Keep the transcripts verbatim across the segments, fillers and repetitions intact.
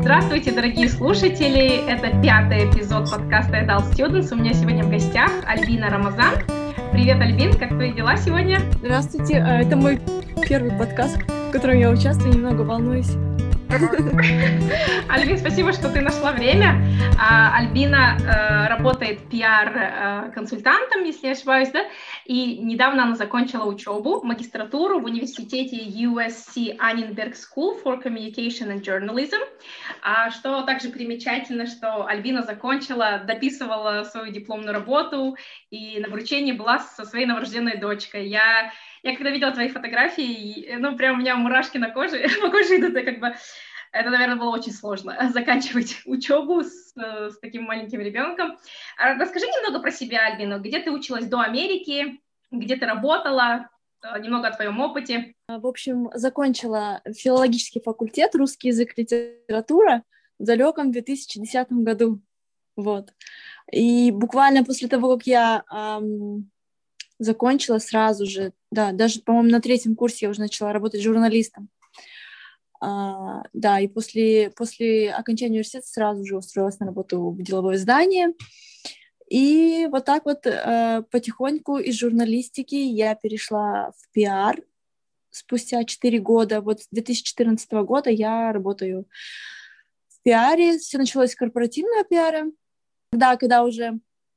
Здравствуйте, дорогие слушатели! Это пятый эпизод подкаста Adult Students. У меня сегодня в гостях Альбина Рамазан. Привет, Альбин, как твои дела сегодня? Здравствуйте, это мой первый подкаст, в котором я участвую, немного волнуюсь. Альбин, спасибо, что ты нашла время. Альбина э, работает пиар-консультантом, если не ошибаюсь, да? И недавно она закончила учебу, магистратуру в университете ю эс си Annenberg School for Communication and Journalism. А что также примечательно, что Альбина закончила, дописывала свою дипломную работу и на вручении была со своей новорожденной дочкой. Я Я когда видела твои фотографии, ну, прям у меня мурашки на коже, по коже идут, и как бы, это, наверное, было очень сложно, заканчивать учебу с, с таким маленьким ребенком. Расскажи немного про себя, Альбина, где ты училась до Америки, где ты работала, немного о твоем опыте. В общем, закончила филологический факультет, русский язык, литература в далеком две тысячи десятом году, вот. И буквально после того, как я... Эм... закончила сразу же, да, даже, по-моему, на третьем курсе я уже начала работать журналистом. А, да, и после, после окончания университета сразу же устроилась на работу в деловое издание. И вот так вот э, потихоньку из журналистики я перешла в пиар спустя четыре года. Вот с две тысячи четырнадцатого года я работаю в пиаре. Все началось с корпоративного пиара. Когда, когда уже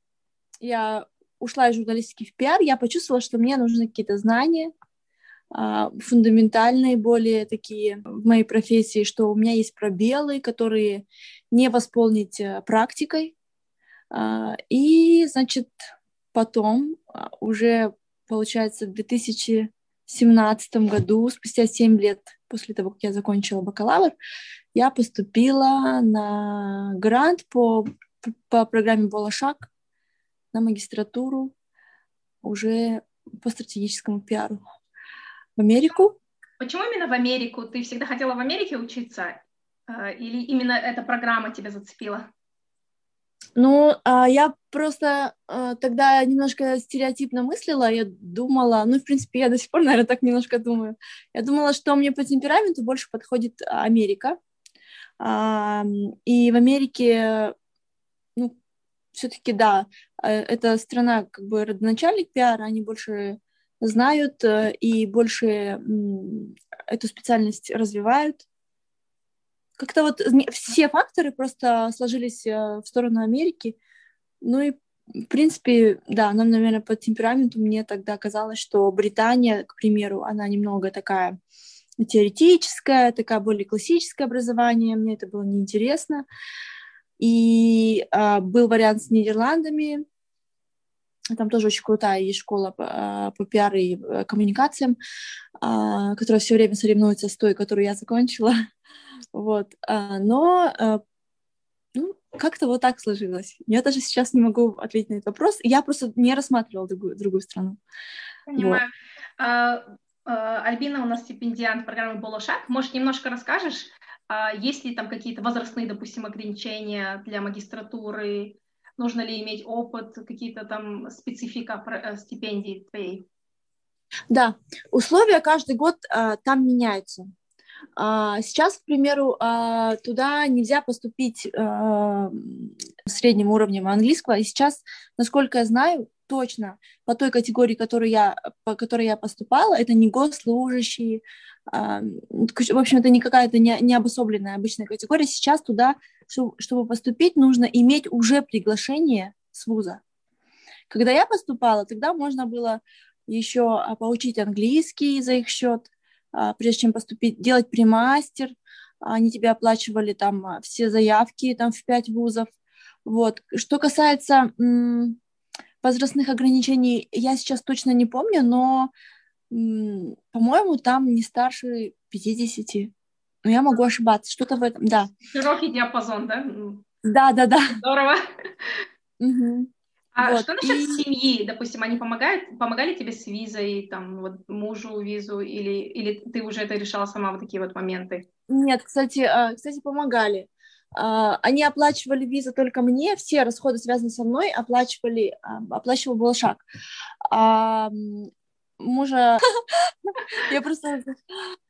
я ушла из журналистики в пиар, я почувствовала, что мне нужны какие-то знания, фундаментальные, более такие в моей профессии, что у меня есть пробелы, которые не восполнить практикой. И, значит, потом, уже, получается, в две тысячи семнадцатом году, спустя семь лет после того, как я закончила бакалавр, я поступила на грант по, по программе «Болошак» на магистратуру уже по стратегическому пиару в Америку. Почему именно в Америку? Ты всегда хотела в Америке учиться? Или именно эта программа тебя зацепила? Ну, я просто тогда немножко стереотипно мыслила. Я думала, ну, в принципе, я до сих пор, наверное, так немножко думаю. Я думала, что мне по темпераменту больше подходит Америка. И в Америке, ну, все-таки, да, это страна, как бы, родоначальник пиара, они больше знают и больше эту специальность развивают. Как-то вот все факторы просто сложились в сторону Америки. Ну и, в принципе, да, нам, наверное, по темпераменту мне тогда казалось, что Британия, к примеру, она немного такая теоретическая, такая более классическое образование, мне это было неинтересно. И а, был вариант с Нидерландами. Там тоже очень крутая есть школа по, по пиару и коммуникациям, а, которая все время соревнуется с той, которую я закончила. Вот. А, но а, ну, как-то вот так сложилось. Я даже сейчас не могу ответить на этот вопрос. Я просто не рассматривала другую, другую страну. Понимаю. Вот. А, а, Альбина у нас стипендиант программы «Болошак». Может, немножко расскажешь, а, есть ли там какие-то возрастные, допустим, ограничения для магистратуры? Нужно ли иметь опыт, какие-то там специфика стипендий твоей? Да, условия каждый год а, там меняются. А, сейчас, к примеру, а, туда нельзя поступить а, средним уровнем английского. И сейчас, насколько я знаю, точно по той категории, которую я, по которой я поступала, это не госслужащие, а, в общем, это не какая-то не, не обособленная обычная категория. Сейчас туда, чтобы поступить, нужно иметь уже приглашение с вуза. Когда я поступала, тогда можно было еще поучить английский за их счет, прежде чем поступить, делать премастер. Они тебе оплачивали там все заявки там в пять вузов. Вот. Что касается м, возрастных ограничений, я сейчас точно не помню, но, м, по-моему, там не старше пятидесяти. Но я могу ошибаться. Что-то в этом, да. Широкий диапазон, да? Да, да, да. Здорово. Угу. А вот. что насчет и... семьи? Допустим, они помогают, помогали тебе с визой, там, вот, мужу визу, или, или ты уже это решала сама, вот такие вот моменты? Нет, кстати, кстати, помогали. Они оплачивали визу только мне, все расходы, связанные со мной, оплачивали, оплачивал Болошак. А мужа... Я просто...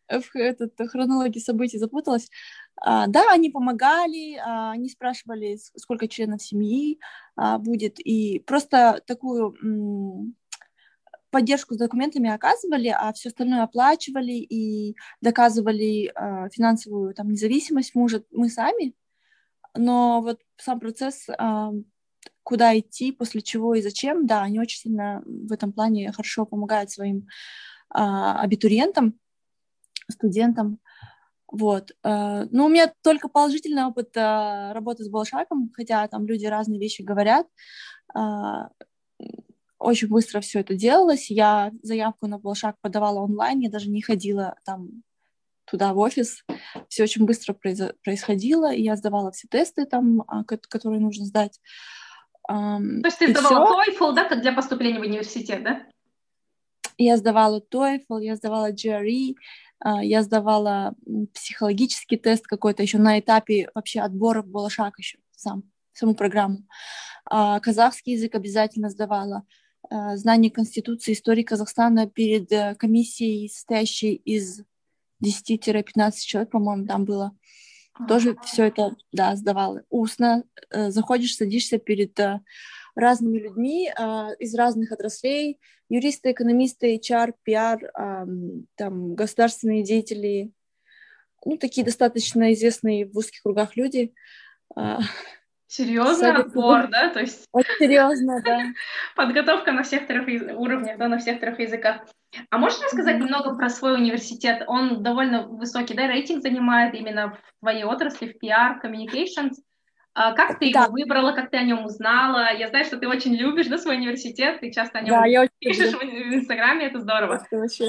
в этот, хронологии событий запуталась. А, да, они помогали, а, они спрашивали, сколько членов семьи а, будет, и просто такую м, поддержку с документами оказывали, а все остальное оплачивали и доказывали а, финансовую там, независимость мужа мы сами, но вот сам процесс, а, куда идти, после чего и зачем, да, они очень сильно в этом плане хорошо помогают своим а, абитуриентам, студентам. Вот. э, Ну, у меня только положительный опыт э, работы с Балшаком, хотя там люди разные вещи говорят. А, Очень быстро все это делалось. Я заявку на Балшак подавала онлайн, я даже не ходила там туда в офис. Все очень быстро произо- происходило, и я сдавала все тесты там, а, ко- которые нужно сдать. Ам, То есть ты И сдавала все. TOEFL, да, как для поступления в университет, да? Я сдавала TOEFL, я сдавала джи ар и, а, я сдавала м, психологический тест какой-то еще на этапе вообще отбора в Балашак еще сам, саму программу. А, Казахский язык обязательно сдавала. А, Знание Конституции, истории Казахстана перед э, комиссией, состоящей из десяти-пятнадцати человек, по-моему, там было. Тоже все это, да, сдавала. Устно э, заходишь, садишься перед э, разными людьми э, из разных отраслей, юристы, экономисты, эйч ар, пи ар, э, там, государственные деятели, ну, такие достаточно известные в узких кругах люди. Э, Серьезно, садятся, да. отбор, да? То есть Очень серьезно, да. подготовка на всех трех яз- уровнях, да, на всех трех языках. А можешь рассказать Мгм. немного про свой университет? Он довольно высокий, да, рейтинг занимает именно в твоей отрасли, в пи ар, communications. А как ты его Да, выбрала, как ты о нем узнала? Я знаю, что ты очень любишь, да, свой университет, ты часто о да, нем я очень пишешь люблю. в, в Инстаграме, это здорово. Это вообще.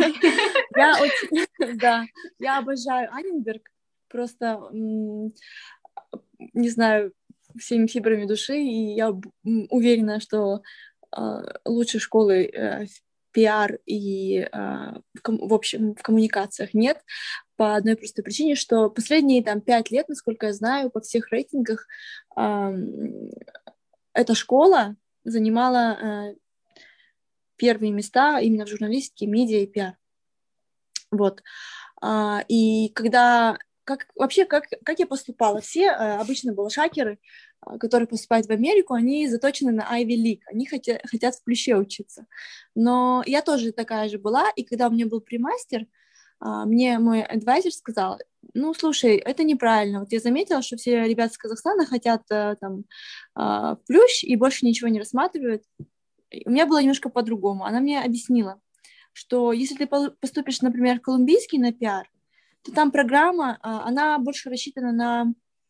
Я очень, да, я обожаю Анненберг. Просто, м, не знаю, всеми фибрами души, и я б- м, уверена, что э, лучшей школы э, в пи ар и э, в, ком- в общем в коммуникациях нет, по одной простой причине, что последние там пять лет, насколько я знаю, по всех рейтингах эм, эта школа занимала э, первые места именно в журналистике, медиа и пи ар. Вот. А, и когда как вообще как как я поступала? Все э, обычно балашакеры, э, которые поступают в Америку, они заточены на Ivy League, они хотят хотят в плюще учиться. Но я тоже такая же была, и когда у меня был премастер, а, мне мой адвайзер сказал: ну, слушай, это неправильно. Вот я заметила, что все ребята из Казахстана хотят э, там а, в плющ и больше ничего не рассматривают. И у меня было немножко по-другому. Она мне объяснила, что если ты по- поступишь, например, в колумбийский на пи ар, то там программа, а, она больше рассчитана на,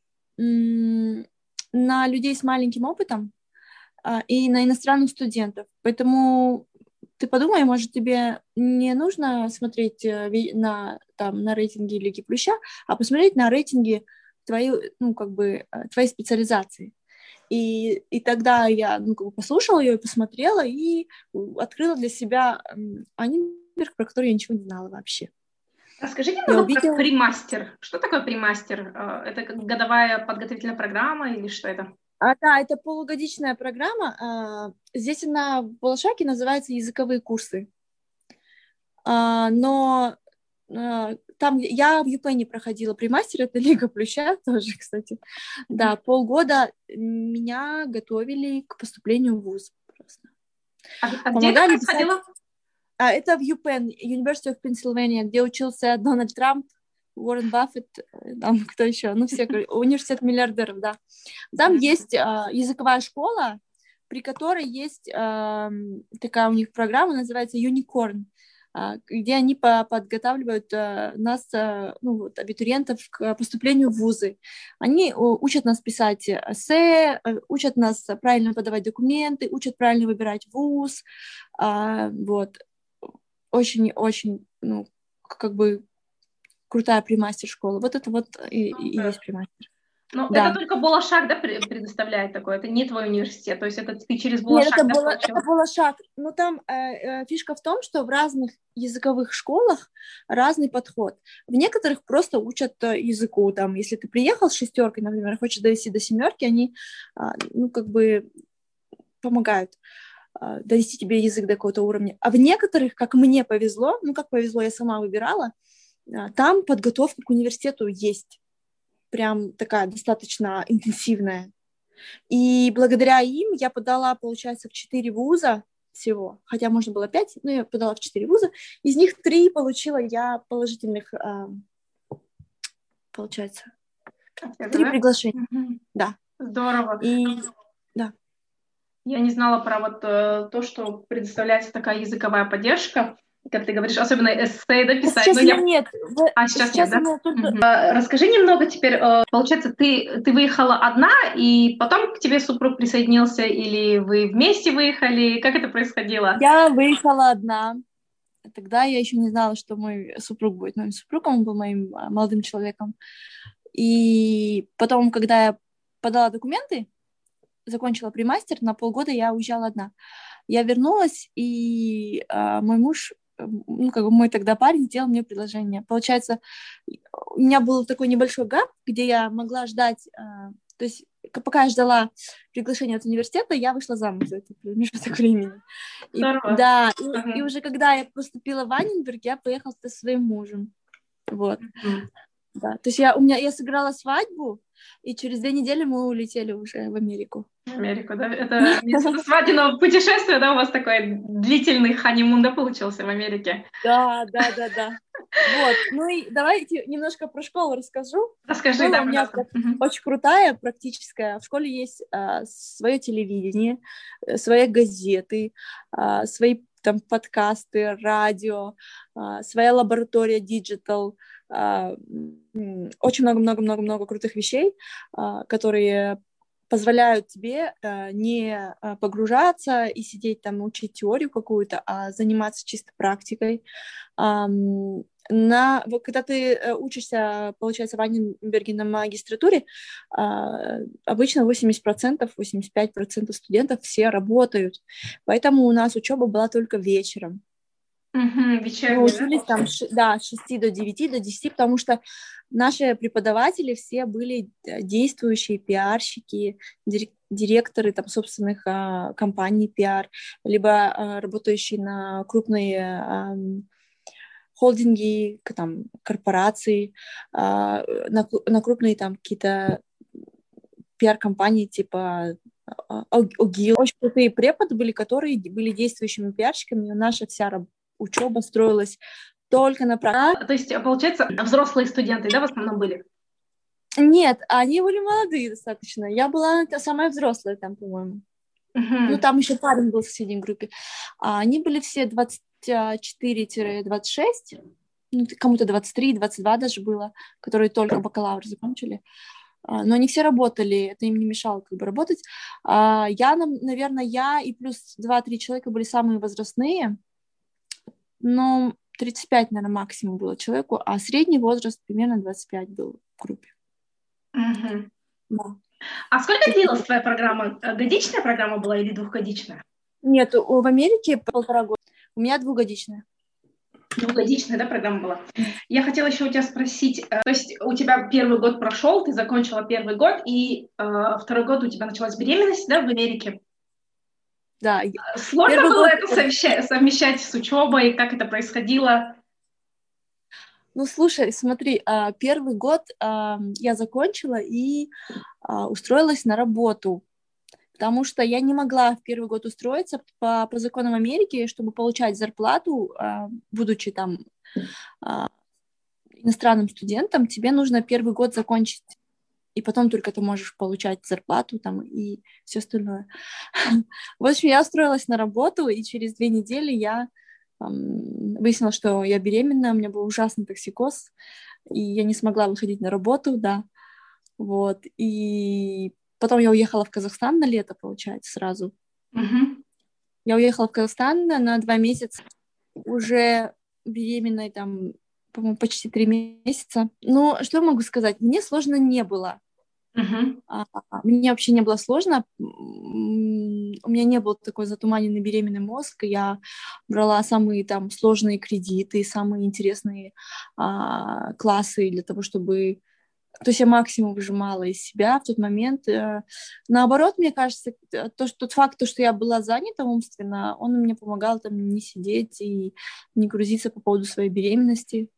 м, на людей с маленьким опытом а, и на иностранных студентов. Поэтому ты подумай, может, тебе не нужно смотреть э, ви- на, там, на рейтинги Лиги Плюща, а посмотреть на рейтинги твоей, ну, как бы, э, твоей специализации. И, и тогда я ну, как бы послушала ее и посмотрела, и открыла для себя м, Анненберг, про который я ничего не знала вообще. Расскажи Я немного про увидела... премастер. Что такое премастер? Э, Это как годовая подготовительная программа или что это? А, да, это полугодичная программа. а, Здесь она в Балашаке называется «Языковые курсы». А, Но а, там я в ЮПЕНе проходила премастер, это Лига Плюща тоже, кстати. Да, полгода меня готовили к поступлению в вуз просто. А, а где это Помогали писать. происходило? А, это в ЮПЕН, University of Pennsylvania, где учился Дональд Трамп, Уоррен Баффет, э, там кто еще, ну все, короче, университет миллиардеров, да. Там есть а, языковая школа, при которой есть а, такая у них программа, называется Unicorn, а, где они по- подготавливают а, нас, а, ну, вот, абитуриентов, к поступлению в вузы. Они о, учат нас писать эссе, э, учат нас правильно подавать документы, учат правильно выбирать вуз, а, вот. Очень-очень, ну, как бы крутая премастер школа. Вот это вот и, и Супер. есть премастер. Но это Да. только Болашак, да, пре- предоставляет такое? Это не твой университет, то есть это ты через Нет, это Болашак, да, было, это получила? было шаг. Но там э, э, фишка в том, что в разных языковых школах разный подход. В некоторых просто учат э, языку. Там, если ты приехал с шестеркой, например, хочешь довести до семерки, они, э, ну, как бы помогают э, довести тебе язык до какого-то уровня. А в некоторых, как мне повезло, ну, как повезло, я сама выбирала, Там подготовка к университету есть, прям такая достаточно интенсивная. И благодаря им я подала, получается, в четыре вуза всего, хотя можно было пять, но я подала в четыре вуза. Из них три получила я положительных, получается, три да? приглашения. Угу. Да. Здорово. И да. Я не знала про вот э, то, что предоставляется такая языковая поддержка, как ты говоришь, особенно эссе, да, писать. Сейчас я... нет. А сейчас, сейчас нет, да? Только... Угу. А, расскажи немного теперь, э, получается, ты, ты выехала одна, и потом к тебе супруг присоединился, или вы вместе выехали? Как это происходило? Я выехала одна. Тогда я еще не знала, что мой супруг будет моим супругом, он был моим молодым человеком. И потом, когда я подала документы, закончила премастер, на полгода я уезжала одна. Я вернулась, и э, мой муж, ну, как бы мой тогда парень, сделал мне предложение. Получается, у меня был такой небольшой гап, где я могла ждать, э, то есть пока я ждала приглашения от университета, я вышла замуж за это промежуток времени. И, да, и, uh-huh. и уже когда я поступила в Анненберг, я поехала со своим мужем. Вот. Uh-huh. Да. То есть я, у меня, я сыграла свадьбу, и через две недели мы улетели уже в Америку. В Америку, да? Это вместо свадебного путешествия, да, у вас такой длительный ханимун, да, получился в Америке? Да, да, да, да. Вот, ну и давайте немножко про школу расскажу. Расскажи, Школа да, у меня угу. очень крутая, практическая. В школе есть а, свое телевидение, свои газеты, а, свои там подкасты, радио, а, своя лаборатория диджитал, а, очень много-много-много-много крутых вещей, а, которые позволяют тебе а, не погружаться и сидеть там, учить теорию какую-то, а заниматься чисто практикой. А, на, когда ты учишься, получается, в Анненберге на магистратуре, а, обычно восемьдесят процентов, восемьдесят пять процентов студентов все работают, поэтому у нас учеба была только вечером. Угу, вечерний, мы учились да? там, да, с шести до девяти, до десяти, потому что наши преподаватели все были действующие пиарщики, директоры там, собственных а, компаний пиар, либо а, работающие на крупные а, холдинги, там, корпорации, а, на, на крупные там какие-то пиар-компании типа ОГИЛ. Очень крутые преподы были, которые были действующими пиарщиками, и наша вся работа, учеба строилась только на практике. А, то есть, получается, взрослые студенты, да, в основном были? Нет, они были молодые достаточно. Я была самая взрослая там, по-моему. Uh-huh. Ну, там еще парень был в соседней группе. А они были все двадцать четыре - двадцать шесть, ну, кому-то двадцать три - двадцать два даже было, которые только бакалавр закончили. Но они все работали, это им не мешало как бы работать. Я, наверное, я и плюс два-три человека были самые возрастные, но тридцать пять, наверное, максимум было человеку, а средний возраст примерно двадцать пять был в группе. Угу. Да. А сколько длилась твоя программа? Годичная программа была или двухгодичная? Нет, в Америке полтора года. У меня двухгодичная. Двухгодичная, да, программа была? Я хотела еще у тебя спросить, то есть у тебя первый год прошел, ты закончила первый год, и э, второй год у тебя началась беременность, да, в Америке? Да. Сложно было год... это совмещать, совмещать с учебой, как это происходило? Ну, слушай, смотри, первый год я закончила и устроилась на работу, потому что я не могла в первый год устроиться по, по законам Америки, чтобы получать зарплату, будучи там иностранным студентом, тебе нужно первый год закончить, и потом только ты можешь получать зарплату там и все остальное. В общем, я устроилась на работу, и через две недели я выяснила, что я беременна, у меня был ужасный токсикоз, и я не смогла выходить на работу, да, вот, и потом я уехала в Казахстан на лето, получается, сразу. Mm-hmm. Я уехала в Казахстан на два месяца, уже беременной, там, по-моему, почти три месяца. Но что я могу сказать? Мне сложно не было. Uh-huh. Мне вообще не было сложно. У меня не был такой затуманенный беременный мозг. Я брала самые там сложные кредиты, самые интересные а, классы для того, чтобы... То есть я максимум выжимала из себя в тот момент. Наоборот, мне кажется, то, что, тот факт, что я была занята умственно, он мне помогал там не сидеть и не грузиться по поводу своей беременности.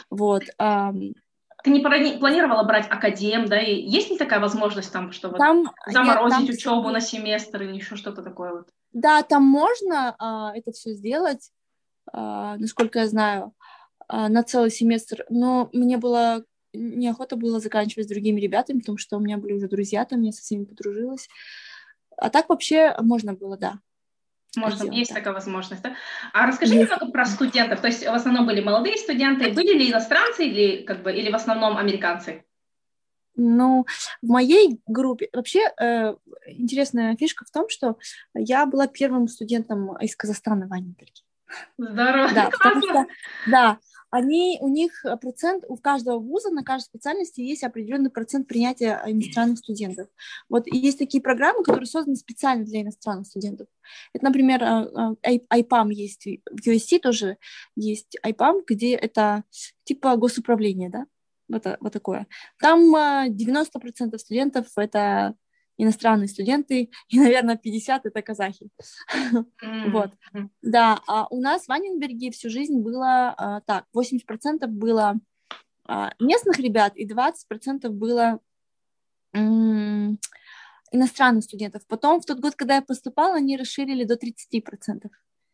Вот. Ты не планировала брать академ, да? И есть ли такая возможность там, что вот там, заморозить нет, там, учебу кстати, на семестр или еще что-то такое вот? Да, там можно а, это все сделать, а, насколько я знаю, а, на целый семестр, но мне было неохота было заканчивать с другими ребятами, потому что у меня были уже друзья там, я со всеми подружилась. А так вообще можно было, да. Можно, сделать, есть да. такая возможность, да? А расскажи Есть. немного про студентов. То есть в основном были молодые студенты, были ли иностранцы или как бы или в основном американцы? Ну, в моей группе вообще э, интересная фишка в том, что я была первым студентом из Казахстана в Анненберге. Здорово, Да, потому классно. что, да, они, у них процент, у каждого вуза на каждой специальности есть определенный процент принятия иностранных студентов. Вот и есть такие программы, которые созданы специально для иностранных студентов. Это, например, ай пам есть, в ю эс си тоже есть ай пам, где это типа госуправление, да, вот, вот такое. Там девяносто процентов студентов это иностранные студенты, и, наверное, пятьдесят это казахи. Mm-hmm. Вот. Да, а у нас в Анненберге всю жизнь было а, так, восемьдесят процентов было а, местных ребят и двадцать процентов было м- иностранных студентов. Потом в тот год, когда я поступала, они расширили до тридцать процентов.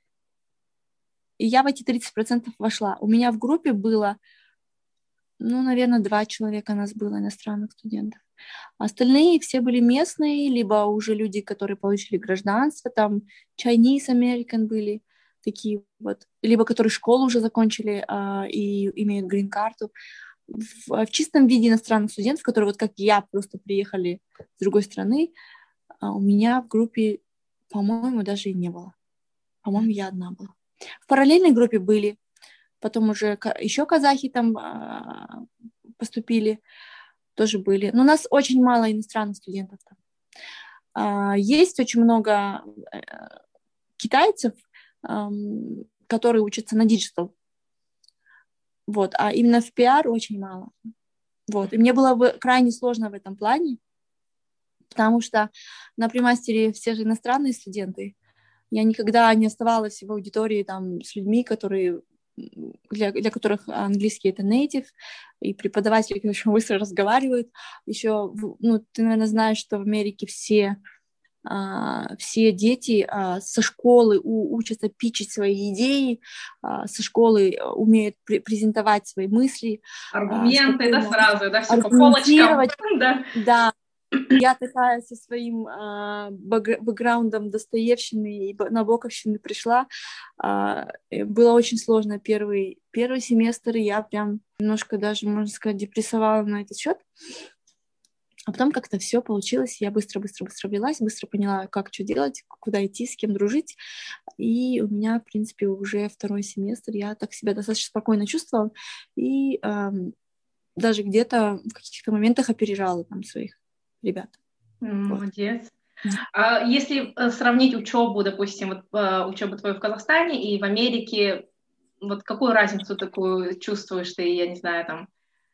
И я в эти тридцать процентов вошла. У меня в группе было, ну, наверное, два человека нас было иностранных студентов. Остальные все были местные, либо уже люди, которые получили гражданство, там Chinese American были такие вот, либо которые школу уже закончили а, и имеют грин-карту. В, в чистом виде иностранных студентов, которые вот как я просто приехали с другой страны, а у меня в группе, по-моему, даже и не было. По-моему, я одна была. В параллельной группе были, потом уже еще казахи там а, поступили, тоже были. Но у нас очень мало иностранных студентов там. А, есть очень много китайцев, которые учатся на диджитал. Вот, а именно в пиар очень мало. Вот, и мне было крайне сложно в этом плане, потому что на премастере все же иностранные студенты. Я никогда не оставалась в аудитории там с людьми, которые для, для которых английский это native, и преподаватели очень быстро разговаривают. Еще, ну, ты, наверное, знаешь, что в Америке все Uh, все дети uh, со школы у, учатся питчить свои идеи, uh, со школы умеют пр- презентовать свои мысли. Аргументы, uh, да, сразу, да, все по полочкам. Да. Да. Я такая со своим uh, бэкграундом Достоевщины и Набоковщины пришла. Uh, было очень сложно первый, первый семестр, и я прям немножко даже, можно сказать, депрессовала на этот счет. А потом как-то все получилось, я быстро-быстро-быстро влилась, быстро поняла, как что делать, куда идти, с кем дружить. И у меня, в принципе, уже второй семестр, я так себя достаточно спокойно чувствовала и эм, даже где-то в каких-то моментах опережала там своих ребят. Молодец. Вот. А если сравнить учебу, допустим, вот, учебу твою в Казахстане и в Америке, вот какую разницу такую чувствуешь ты, я не знаю, там?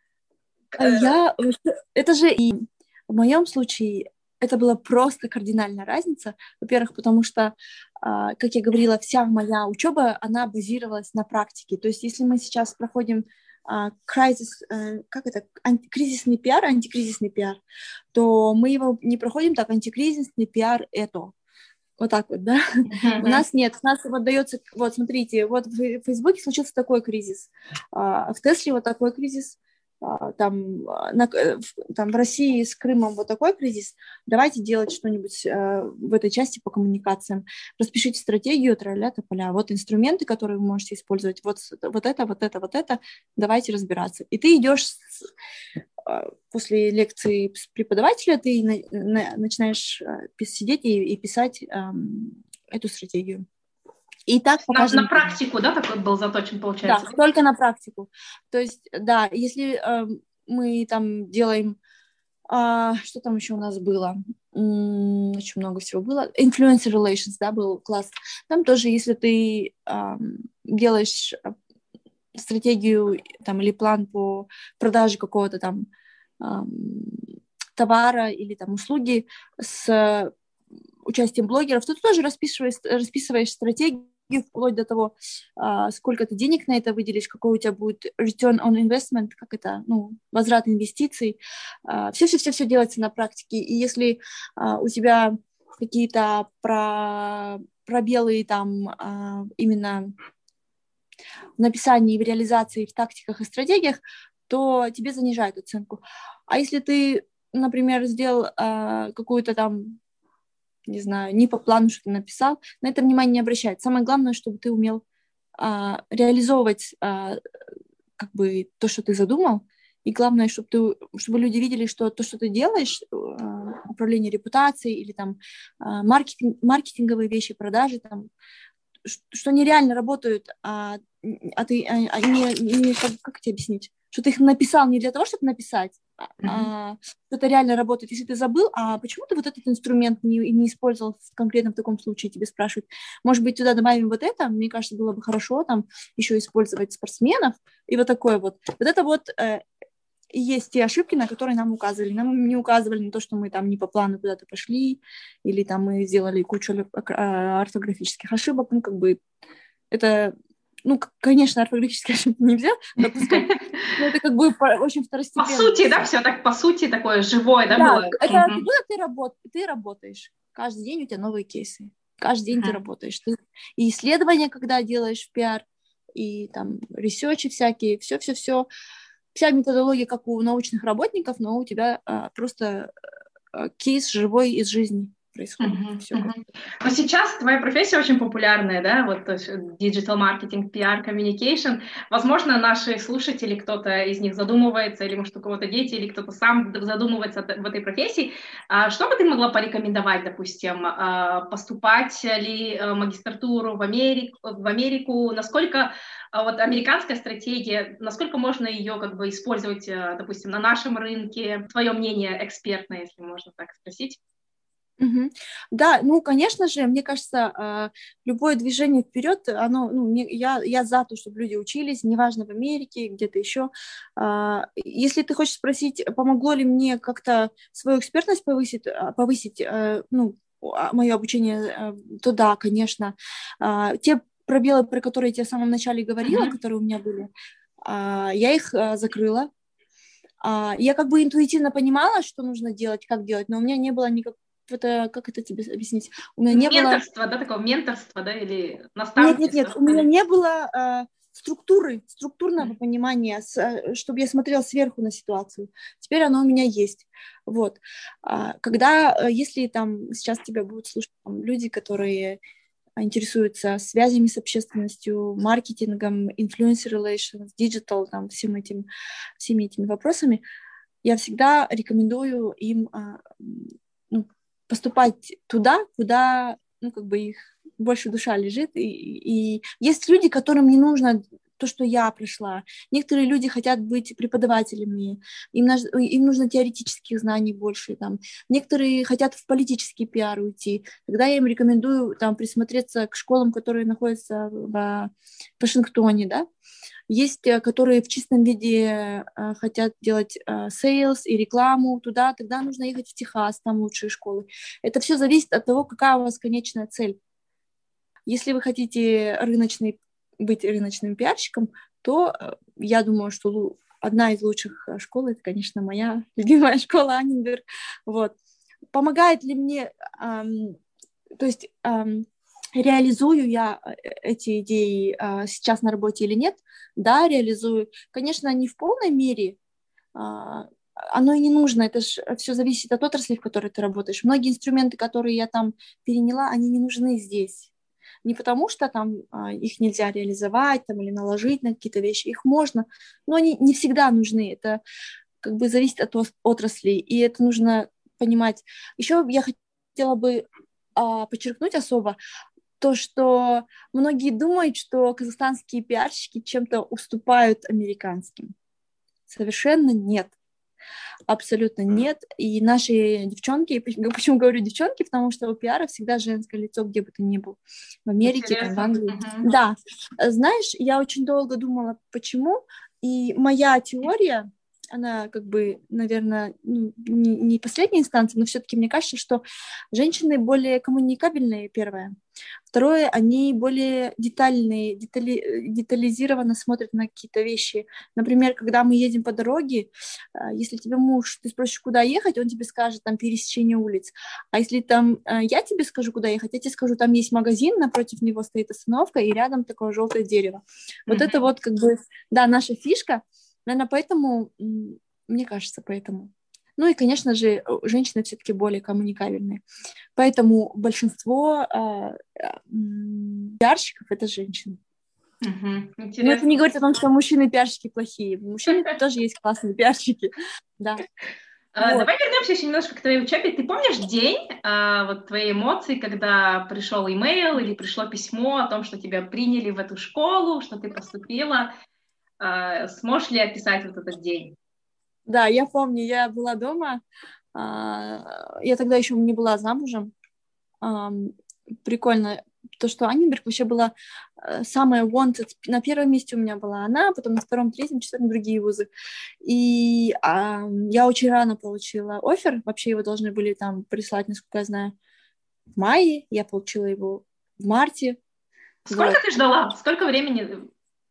Я, это же и в моем случае это была просто кардинальная разница. Во-первых, потому что, как я говорила, вся моя учеба, она базировалась на практике. То есть если мы сейчас проходим кризис, как это, кризисный пиар, антикризисный пиар, то мы его не проходим так, антикризисный пиар это. Вот так вот, да? Uh-huh. У нас нет, у нас вот дается, вот смотрите, вот в Фейсбуке случился такой кризис, в Тесле вот такой кризис, там, на, там в России с Крымом вот такой кризис, давайте делать что-нибудь э, в этой части по коммуникациям. Распишите стратегию, тра-ля, тополя. Вот инструменты, которые вы можете использовать, вот, вот это, вот это, вот это, давайте разбираться. И ты идешь с, э, после лекции с преподавателя, ты на, на, начинаешь э, сидеть и, и писать э, эту стратегию. И так по на, каждому на практику, да, такой был заточен, получается? Да, только на практику. То есть, да, если э, мы там делаем, э, что там еще у нас было? М-м, очень много всего было. Influencer Relations, да, был класс. Там тоже, если ты э, делаешь стратегию там, или план по продаже какого-то там э, товара или там услуги с участием блогеров, то ты тоже расписываешь, расписываешь стратегию, вплоть до того, а, сколько ты денег на это выделишь, какой у тебя будет return on investment, как это, ну, возврат инвестиций. А, все-все-все делается на практике. И если а, у тебя какие-то про... пробелы там а, именно в написании, в реализации, в тактиках и стратегиях, то тебе занижают оценку. А если ты, например, сделал а, какую-то там, не знаю, не по плану что-то написал, на это внимание не обращает. Самое главное, чтобы ты умел а, реализовывать а, как бы то, что ты задумал, и главное, чтобы, ты, чтобы люди видели, что то, что ты делаешь, а, управление репутацией или там а, маркетинг, маркетинговые вещи, продажи, там, что они реально работают, а, а ты а, а не, не как, как тебе объяснить? Что ты их написал не для того, чтобы написать, mm-hmm. а что это реально работает. Если ты забыл, а почему ты вот этот инструмент не, не использовал конкретно в таком случае, тебе спрашивают. Может быть, туда добавим вот это? Мне кажется, было бы хорошо там еще использовать спортсменов и вот такое вот. Вот это вот э, и есть те ошибки, на которые нам указывали. Нам не указывали на то, что мы там не по плану куда-то пошли, или там мы сделали кучу орфографических ошибок. Ну, как бы это... Ну, конечно, орфографические ошибки нельзя допускать, но это как бы очень второстепенно. По сути, да, все так, по сути, такое живое, да, да, было? Это как будто ты, работ... ты работаешь. Каждый день у тебя новые кейсы. Каждый день uh-huh. ты работаешь. Ты... И исследования, когда делаешь в пиар, и там ресерчи всякие, все-все-все. Вся методология, как у научных работников, но у тебя а, просто а, кейс живой из жизни происходит. Uh-huh, uh-huh. Но сейчас твоя профессия очень популярная, да, вот то есть digital marketing, пи ар, communication. Возможно, наши слушатели, кто-то из них задумывается, или, может, у кого-то дети, или кто-то сам задумывается в этой профессии. Что бы ты могла порекомендовать, допустим, поступать ли магистратуру в Америку, в Америку? Насколько вот американская стратегия, насколько можно ее как бы использовать, допустим, на нашем рынке? Твое мнение экспертное, если можно так спросить. Угу. Да, ну, конечно же, мне кажется, любое движение вперед, оно, ну, я, я за то, чтобы люди учились, неважно, в Америке, где-то еще. Если ты хочешь спросить, помогло ли мне как-то свою экспертность повысить, повысить, ну, мое обучение, то да, конечно. Те пробелы, про которые я тебе в самом начале говорила, mm-hmm. которые у меня были, я их закрыла. Я как бы интуитивно понимала, что нужно делать, как делать, но у меня не было никакого это, как это тебе объяснить? У меня не менторство, было... да, такого менторства, да, или наставничества? Нет, нет, нет, у меня не было э, структуры, структурного mm. понимания, с, э, чтобы я смотрела сверху на ситуацию. Теперь оно у меня есть. Вот. А, когда, если там сейчас тебя будут слушать там, люди, которые интересуются связями с общественностью, маркетингом, influencer relations, digital, там, всем этим, всеми этими вопросами, я всегда рекомендую им ну, поступать туда, куда, ну, как бы их больше душа лежит. И, и есть люди, которым не нужно то, что я прошла. Некоторые люди хотят быть преподавателями, им, им нужно теоретических знаний больше. Там. Некоторые хотят в политический пиар уйти. Тогда я им рекомендую там, присмотреться к школам, которые находятся в Вашингтоне, да. Есть, которые в чистом виде э, хотят делать э, сейлс и рекламу туда, тогда нужно ехать в Техас, там лучшие школы. Это все зависит от того, какая у вас конечная цель. Если вы хотите рыночный, быть рыночным пиарщиком, то э, я думаю, что одна из лучших школ, это, конечно, моя любимая школа Анненберг. Вот. Помогает ли мне, эм, то есть... Эм, реализую я эти идеи а, сейчас на работе или нет? Да, реализую. Конечно, не в полной мере. А, оно и не нужно. Это же все зависит от отрасли, в которой ты работаешь. Многие инструменты, которые я там переняла, они не нужны здесь. Не потому, что там а, их нельзя реализовать там, или наложить на какие-то вещи. Их можно, но они не всегда нужны. Это как бы зависит от отрасли. И это нужно понимать. Еще я хотела бы а, подчеркнуть особо, то, что многие думают, что казахстанские пиарщики чем-то уступают американским. Совершенно нет. Абсолютно нет. И наши девчонки, почему говорю девчонки, потому что у пиара всегда женское лицо, где бы ты ни был. В Америке, там, в Англии. Uh-huh. Да. Знаешь, я очень долго думала, почему. И моя теория, она как бы, наверное, ну, не, не последняя инстанция, но все-таки мне кажется, что женщины более коммуникабельные, первое. Второе, они более детальные, детали, детализированно смотрят на какие-то вещи. Например, когда мы едем по дороге, если тебе муж, ты спросишь, куда ехать, он тебе скажет, там, пересечение улиц. А если там я тебе скажу, куда ехать, я тебе скажу, там есть магазин, напротив него стоит остановка, и рядом такое желтое дерево. Mm-hmm. Вот это вот, как бы, да, наша фишка. Наверное, поэтому, мне кажется, поэтому. Ну и, конечно же, женщины все-таки более коммуникабельные. Поэтому большинство э, э, пиарщиков — это женщины. Угу, но это не говорит о том, что мужчины-пиарщики плохие. Мужчины тоже есть классные пиарщики. Да. Uh, вот. Давай вернемся еще немножко к твоей учебе. Ты помнишь день, uh, вот твои эмоции, когда пришел имейл или пришло письмо о том, что тебя приняли в эту школу, что ты поступила? Uh, сможешь ли описать вот этот день? Да, я помню, я была дома, я тогда еще не была замужем. Прикольно то, что Анненберг вообще была самая wanted. На первом месте у меня была она, потом на втором, третьем, четвертом другие вузы. И а, я очень рано получила оффер. Вообще его должны были там прислать, насколько я знаю, в мае. Я получила его в марте. Сколько вот. Ты ждала? Сколько времени?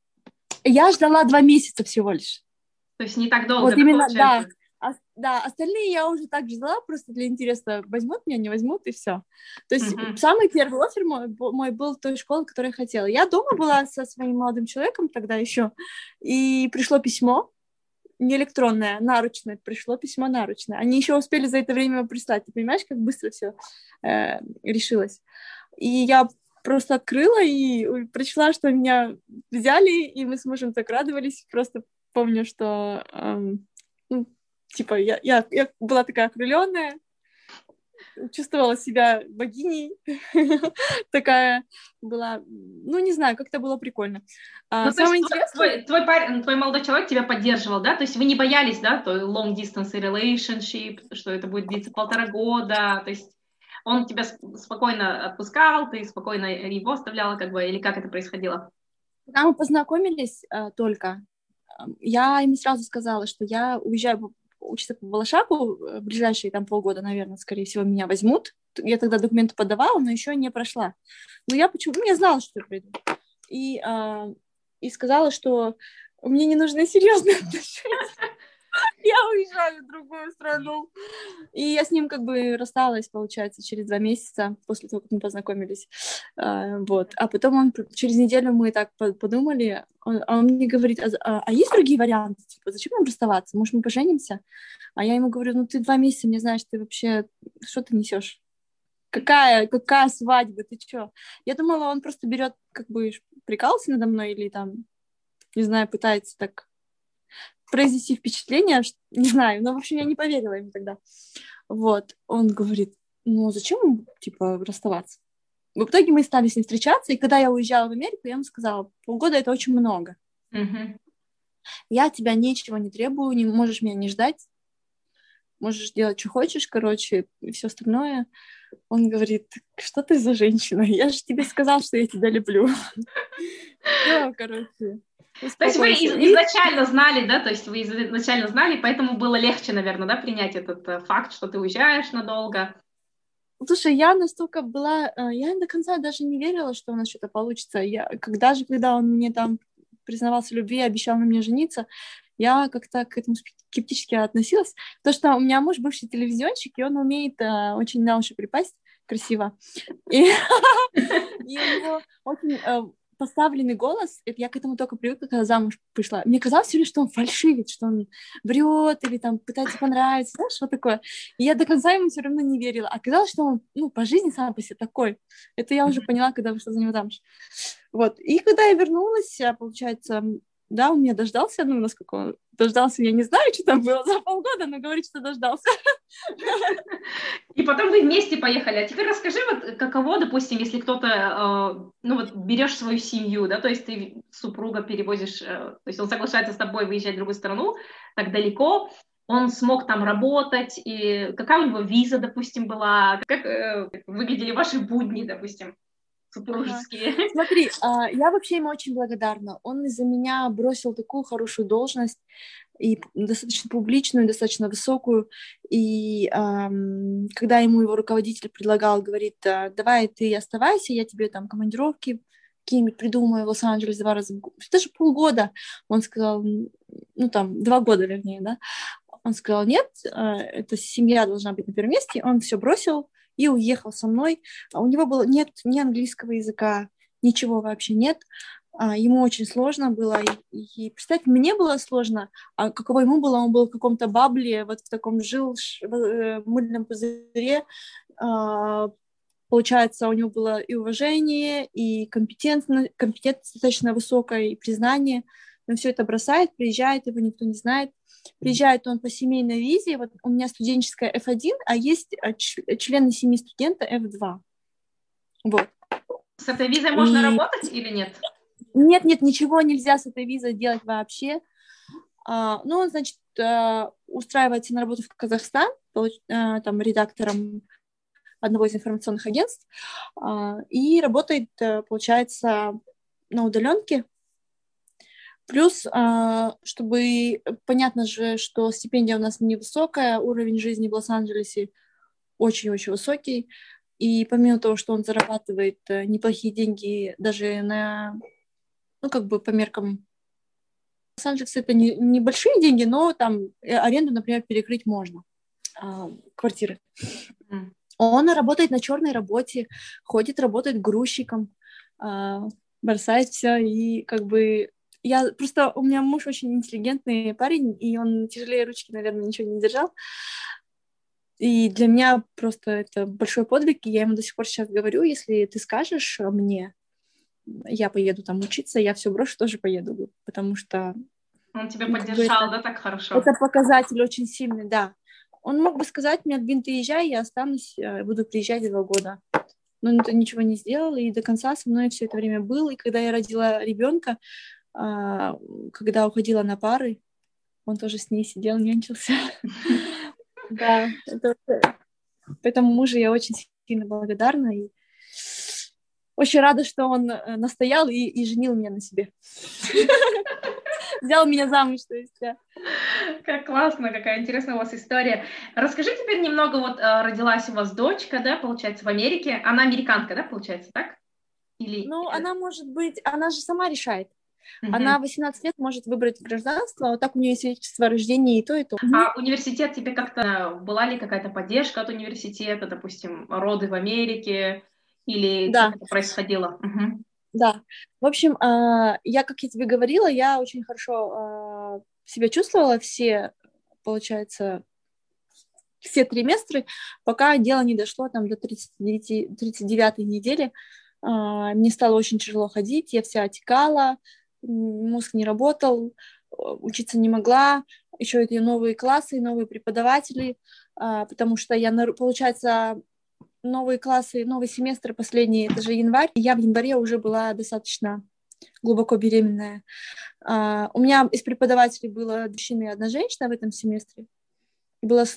Я ждала два месяца всего лишь. То есть не так долго, вот да, именно, да, а, да, остальные я уже так ждала, просто для интереса, возьмут меня, не возьмут, и все. То есть uh-huh. самый первый оффер мой, мой был в той школе, которую я хотела. Я дома была со своим молодым человеком тогда еще, и пришло письмо, не электронное, наручное, пришло письмо наручное. Они еще успели за это время прислать. Ты понимаешь, как быстро все э, решилось? И я просто открыла и прочла, что меня взяли, и мы с мужем так радовались, просто помню, что, эм, ну, типа, я, я, я была такая окрыленная, чувствовала себя богиней, такая была, ну, не знаю, как-то было прикольно. А, ну, самое интересное... Твой, твой, парень, твой молодой человек тебя поддерживал, да? То есть вы не боялись, да, то long distance relationship, что это будет длиться полтора года, то есть он тебя спокойно отпускал, ты спокойно его оставляла, как бы, или как это происходило? Когда мы познакомились э, только, я ему сразу сказала, что я уезжаю учиться по Балашаху, в ближайшие там полгода, наверное, скорее всего, меня возьмут. Я тогда документы подавала, но еще не прошла. Но я почему-то, ну, я знала, что я приду. И, а, и сказала, что мне не нужны серьезные отношения. Я уезжаю в другую страну. И я с ним как бы рассталась, получается, через два месяца после того, как мы познакомились. А, вот. А потом он, через неделю мы так подумали, он, а он мне говорит, а, а есть другие варианты? Типа, зачем нам расставаться? Может, мы поженимся? А я ему говорю, ну ты два месяца не знаешь, ты вообще, что ты несешь? Какая, какая свадьба, ты чё? Я думала, он просто берет, как бы, прикалывался надо мной или там, не знаю, пытается так произвести впечатление, что, не знаю, но, в общем, я не поверила ему тогда. Вот, он говорит, ну, зачем, типа, расставаться? В итоге мы стали с ним встречаться, и когда я уезжала в Америку, я ему сказала, полгода — это очень много. Mm-hmm. Я от тебя ничего не требую, не можешь меня не ждать, можешь делать, что хочешь, короче, и все остальное. Он говорит, что ты за женщина? Я же тебе сказал, что я тебя люблю. Все, короче. То есть вы из- изначально знали, да, то есть вы изначально знали, поэтому было легче, наверное, да, принять этот э, факт, что ты уезжаешь надолго. Слушай, я настолько была, я до конца даже не верила, что у нас что-то получится. Я, когда же, когда он мне там признавался в любви, обещал на мне жениться, я как-то к этому скептически относилась. То, что у меня муж бывший телевизионщик, и он умеет э, очень на уши припасть красиво. И у него очень поставленный голос, это я к этому только привыкла, когда замуж пришла. Мне казалось все ли, что он фальшивит, что он врет или там пытается понравиться, знаешь, что такое. И я до конца ему все равно не верила. А казалось, что он, ну, по жизни сам по себе такой. Это я уже поняла, когда вышла за него замуж. Вот. И когда я вернулась, получается, да, он меня дождался, ну, насколько он дождался, я не знаю, что там было за полгода, но говорит, что дождался. И потом вы вместе поехали. А теперь расскажи, вот каково, допустим, если кто-то, э, ну вот берешь свою семью, да, то есть ты супруга перевозишь, э, то есть он соглашается с тобой выезжать в другую страну, так далеко, он смог там работать, и какая у него виза, допустим, была, как э, выглядели ваши будни, допустим, супружеские. Ага. Смотри, я вообще ему очень благодарна. Он из-за меня бросил такую хорошую должность. и достаточно публичную, достаточно высокую. И эм, когда ему его руководитель предлагал, говорит, давай ты оставайся, я тебе там командировки какие-нибудь придумаю в Лос-Анджелес два раза в год. Даже полгода. Он сказал, ну там, два года, вернее, да. Он сказал, нет, эта семья должна быть на первом месте. Он все бросил и уехал со мной. У него было нет ни английского языка, ничего вообще нет. Ему очень сложно было. И, и представьте, мне было сложно, а каково ему было, он был в каком-то бабле, вот в таком жил в мыльном пузыре. Получается, у него было и уважение, и компетентность, компетентность достаточно высокая, и признание. Он все это бросает, приезжает, его никто не знает. Приезжает он по семейной визе. Вот у меня студенческая эф один, а есть члены семьи студента эф два. Вот. С этой визой можно и... работать или нет? Нет, нет, ничего нельзя с этой визой делать вообще. А, ну, он, значит, устраивается на работу в Казахстан, там, редактором одного из информационных агентств, и работает, получается, на удаленке. Плюс, чтобы понятно же, что стипендия у нас невысокая, уровень жизни в Лос-Анджелесе очень-очень высокий, и помимо того, что он зарабатывает неплохие деньги даже на, ну, как бы по меркам Лос-Анджелеса, это не, небольшие деньги, но там аренду, например, перекрыть можно, квартиры. Mm. Он работает на черной работе, ходит, работает грузчиком, бросает все, и как бы я просто, у меня муж очень интеллигентный парень, и он тяжелее ручки, наверное, ничего не держал. И для меня просто это большой подвиг, и я ему до сих пор сейчас говорю, если ты скажешь мне, я поеду там учиться, я все брошу, тоже поеду, потому что... Он тебя поддержал, это, да, так хорошо? Это показатель очень сильный, да. Он мог бы сказать мне, Альбин, ты езжай, я останусь, буду приезжать два года. Но он это ничего не сделал, и до конца со мной все это время был. И когда я родила ребенка, когда уходила на пары, он тоже с ней сидел, нянчился. Да, поэтому мужу я очень сильно благодарна и очень рада, что он настоял и женил меня на себе. Взял меня замуж, то есть, да. Как классно, какая интересная у вас история. Расскажи теперь немного, вот родилась у вас дочка, да, получается, в Америке. Она американка, да, получается, так? Или... Ну, она может быть, она же сама решает. Uh-huh. Она в восемнадцать лет может выбрать гражданство, а вот так у нее есть свидетельство о рождении и то, и то. Uh-huh. А университет тебе как-то, была ли какая-то поддержка от университета, допустим, роды в Америке, или да. как это происходило? Uh-huh. Да, в общем, я, как я тебе говорила, я очень хорошо себя чувствовала все, получается, все триместры, пока дело не дошло там до тридцать девятой недели. Мне стало очень тяжело ходить, я вся отекала, мозг не работал, учиться не могла, еще это новые классы, новые преподаватели, потому что я, получается, новые классы, новый семестр последний, это же январь. Я в январе уже была достаточно глубоко беременная. Uh, у меня из преподавателей было мужчина и одна женщина в этом семестре. И было,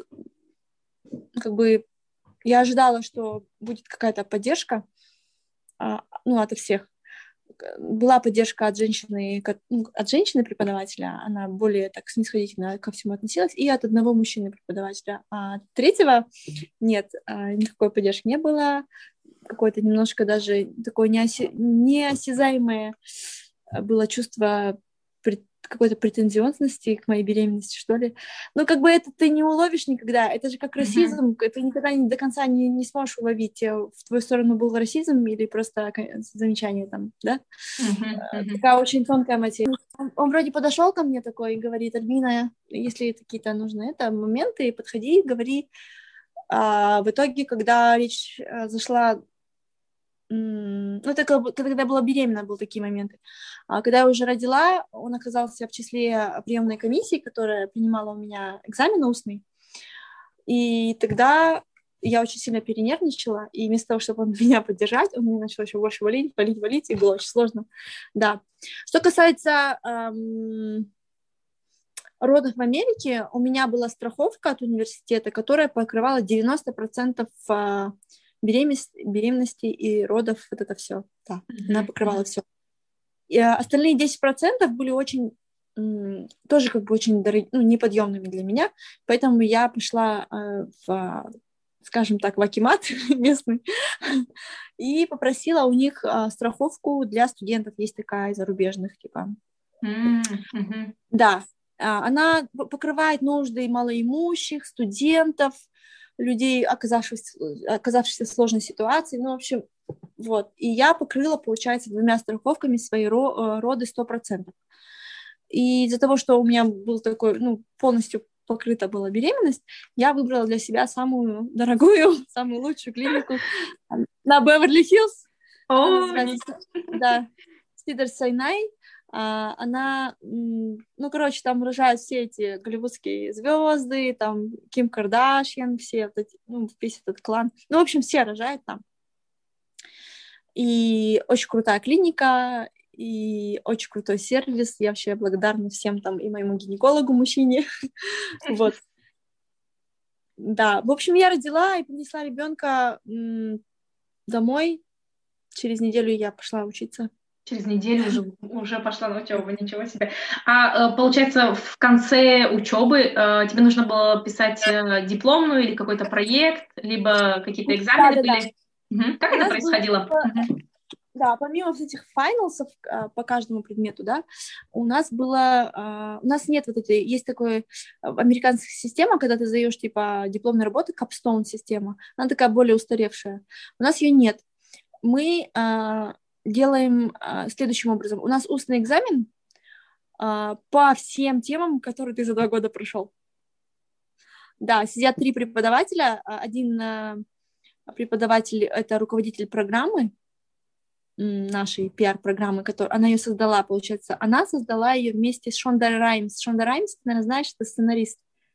как бы, я ожидала, что будет какая-то поддержка, uh, ну, от всех. Была поддержка от женщины, от женщины-преподавателя, она более так снисходительно ко всему относилась, и от одного мужчины-преподавателя. А от третьего нет, никакой поддержки не было, какое-то немножко даже такое неоси... неосязаемое было чувство какой-то претензиозности к моей беременности, что ли. Но как бы это ты не уловишь никогда. Это же как расизм. Uh-huh. Ты никогда не, до конца не, не сможешь уловить, в твою сторону был расизм или просто замечание там, да? Uh-huh. Uh-huh. Такая очень тонкая материя. Он, он вроде подошел ко мне такой и говорит: Альбина, если какие-то нужны это моменты, подходи, говори. А в итоге, когда речь зашла... Ну, это когда была беременна, были такие моменты. А когда я уже родила, он оказался в числе приемной комиссии, которая принимала у меня экзамен устный. И тогда я очень сильно перенервничала, и вместо того, чтобы он меня поддержать, он меня начал еще больше валить, валить, валить, и было очень сложно. Да. Что касается эм, родов в Америке, у меня была страховка от университета, которая покрывала девяносто процентов э, беременности, беременности и родов, вот это все. Да, mm-hmm. Она покрывала все. И остальные десять процентов были очень тоже как бы очень дорог... ну, неподъемными для меня, поэтому я пошла э, в, скажем так, в акимат местный и попросила у них э, страховку для студентов, есть такая зарубежных, типа. Mm-hmm. Да, она покрывает нужды малоимущих, студентов, людей, оказавшихся, оказавшихся в сложной ситуации, ну, в общем, вот. И я покрыла, получается, двумя страховками свои роды сто процентов. И из-за того, что у меня был такой, ну, полностью покрыта была беременность, я выбрала для себя самую дорогую, самую лучшую клинику на Беверли-Хиллз. Она Oh, называется, да, Сидер-Сайнай. Она, ну, короче, там рожают все эти голливудские звезды, там Ким Кардашьян, все вот эти, ну, весь этот клан. Ну, в общем, все рожают там. И очень крутая клиника, и очень крутой сервис. Я вообще благодарна всем там, и моему гинекологу, мужчине. Вот. Да, в общем, я родила и принесла ребенка домой. Через неделю я пошла учиться. Через неделю уже, уже пошла на учебу, ничего себе. А получается, в конце учебы тебе нужно было писать дипломную или какой-то проект, либо какие-то экзамены да, да, были? Да. Угу. Как У это происходило? Было... Угу. Да, помимо этих файналсов по каждому предмету, да, у нас было, у нас нет вот этой, есть такая американская система, когда ты сдаешь типа дипломной работы, капстоун система, она такая более устаревшая. У нас ее нет. Мы делаем следующим образом. У нас устный экзамен по всем темам, которые ты за два года прошел. Да, сидят три преподавателя. Один преподаватель — это руководитель программы, нашей пиар-программы, которую она ее создала, получается. Она создала ее вместе с Шонда Раймс. Шонда Раймс, ты, наверное, знаешь, это сценарист.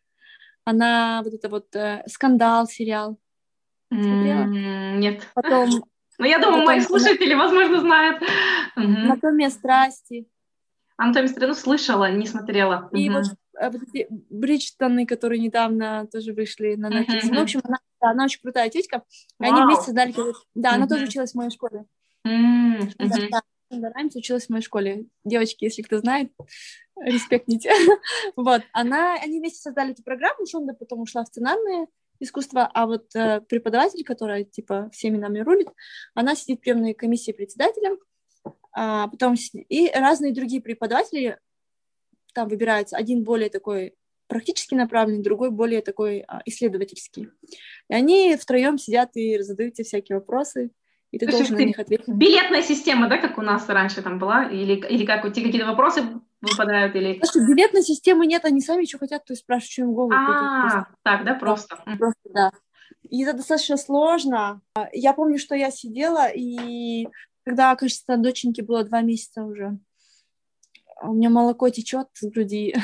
Она вот это вот э, «Скандал» сериал смотрела? Mm, нет. Потом... Ну, я думаю, мои слушатели, возможно, знают. «Анатомия страсти». «Анатомия страсти», ну, слышала, не смотрела. И вот, вот эти Бриджтоны, которые недавно тоже вышли на Netflix. Ну, в общем, она, да, она очень крутая тетка. И они вместе создали... Да, она тоже училась в моей школе. Mm-hmm. Да, Шонда Раймс училась в моей школе. Девочки, если кто знает, респектните. Вот, она, они вместе создали эту программу, Шонда потом ушла в сценарное искусство, а вот э, преподаватель, которая, типа, всеми нами рулит, она сидит в приемной комиссии председателем, а потом и разные другие преподаватели там выбираются. Один более такой практически направленный, другой более такой а, исследовательский. И они втроем сидят и задают тебе всякие вопросы, и ты должен на них ответить. Билетная система, да, как у нас раньше там была? Или, или как у тебя какие-то вопросы выпадают? Или... Слушай, билетной системы нет, они сами что хотят, то есть спрашивают, что им в голову придет. А, так, да, просто. Да, просто, да. И это достаточно сложно. Я помню, что я сидела, и когда, кажется, доченьке было два месяца уже, у меня молоко течет с груди.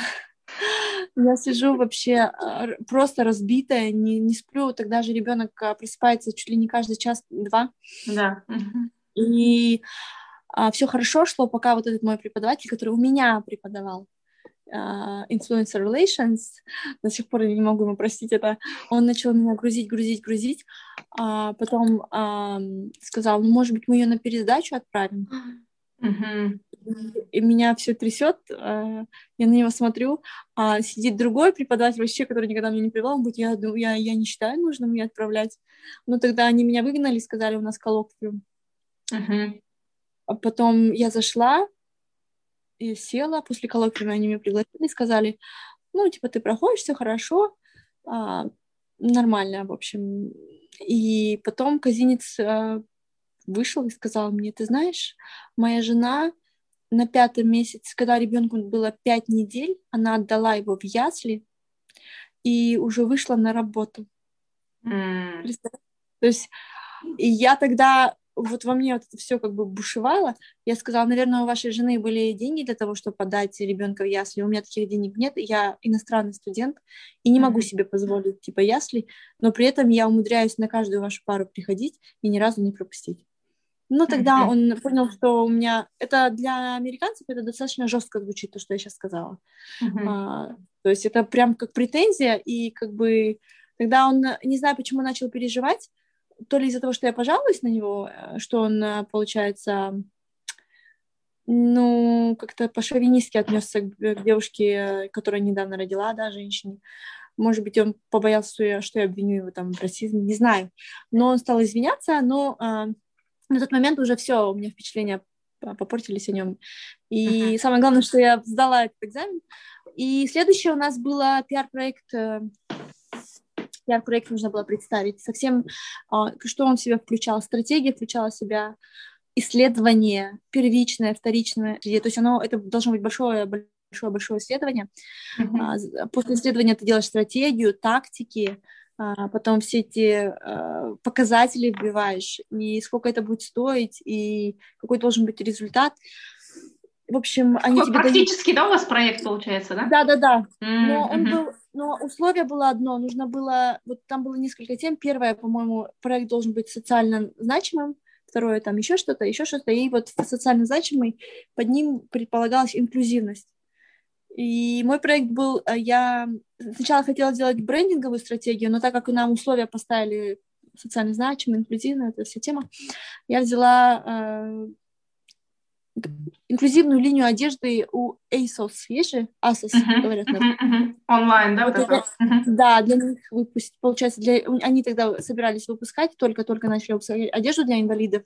Я сижу вообще просто разбитая, не, не сплю. Тогда же ребенок просыпается чуть ли не каждый час-два. Да. И а, все хорошо шло, пока вот этот мой преподаватель, который у меня преподавал uh, Influencer Relations, до сих пор я не могу ему простить это, он начал меня грузить, грузить, грузить. А потом а, сказал, ну, может быть, мы ее на пересдачу отправим. Mm-hmm. И меня все трясет, я на него смотрю, а сидит другой преподаватель вообще, который никогда меня не привел, он говорит, я, я, я не считаю нужным ее отправлять. Но тогда они меня выгнали, сказали, у нас коллоквиум. Uh-huh. А потом я зашла и села, после коллоквиума они меня пригласили, сказали, ну, типа, ты проходишь, все хорошо, а, нормально, в общем. И потом Казинец а, вышел и сказал мне, ты знаешь, моя жена на пятом месяце, когда ребенку было пять недель, она отдала его в ясли и уже вышла на работу. Mm. То есть и я тогда, вот во мне вот это все как бы бушевало, я сказала, наверное, у вашей жены были деньги для того, чтобы подать ребенка в ясли, у меня таких денег нет, я иностранный студент и не могу mm-hmm. себе позволить типа ясли, но при этом я умудряюсь на каждую вашу пару приходить и ни разу не пропустить. Ну, тогда он понял, что у меня... Это для американцев это достаточно жестко звучит, то, что я сейчас сказала. Uh-huh. А, то есть это прям как претензия, и как бы... Тогда он, не знаю, почему начал переживать, то ли из-за того, что я пожалуюсь на него, что он, получается, ну, как-то по-шовинистски отнесся к, к девушке, которая недавно родила, да, женщине. Может быть, он побоялся, что я, что я обвиню его там в расизме, не знаю. Но он стал извиняться, но а, на тот момент уже все, у меня впечатления попортились о нем. И Uh-huh. самое главное, что я сдала этот экзамен. И следующее у нас было пиар-проект. Пиар-проект нужно было представить. Совсем, что он в себя включал. Стратегия включала в себя исследование, первичное, вторичное. То есть оно, это должно быть большое, большое-большое исследование. Uh-huh. После исследования ты делаешь стратегию, тактики, потом все эти показатели вбиваешь, и сколько это будет стоить, и какой должен быть результат. В общем, они Такой тебе практически, дают... да, у вас проект получается, да? Да-да-да. Mm-hmm. Но он был, но условие было одно. Нужно было, вот там было несколько тем. Первое, по-моему, проект должен быть социально значимым. Второе, там еще что-то, еще что-то. И вот социально значимый, под ним предполагалась инклюзивность. И мой проект был, я сначала хотела сделать брендинговую стратегию, но так как нам условия поставили социально значимые, инклюзивные, это вся тема, я взяла э, инклюзивную линию одежды у ASOS, есть же? ASOS, uh-huh, говорят. Uh-huh, uh-huh. Онлайн, да? Вот это, uh-huh. Да, для них выпустить, получается, для, они тогда собирались выпускать, только-только начали выпускать одежду для инвалидов.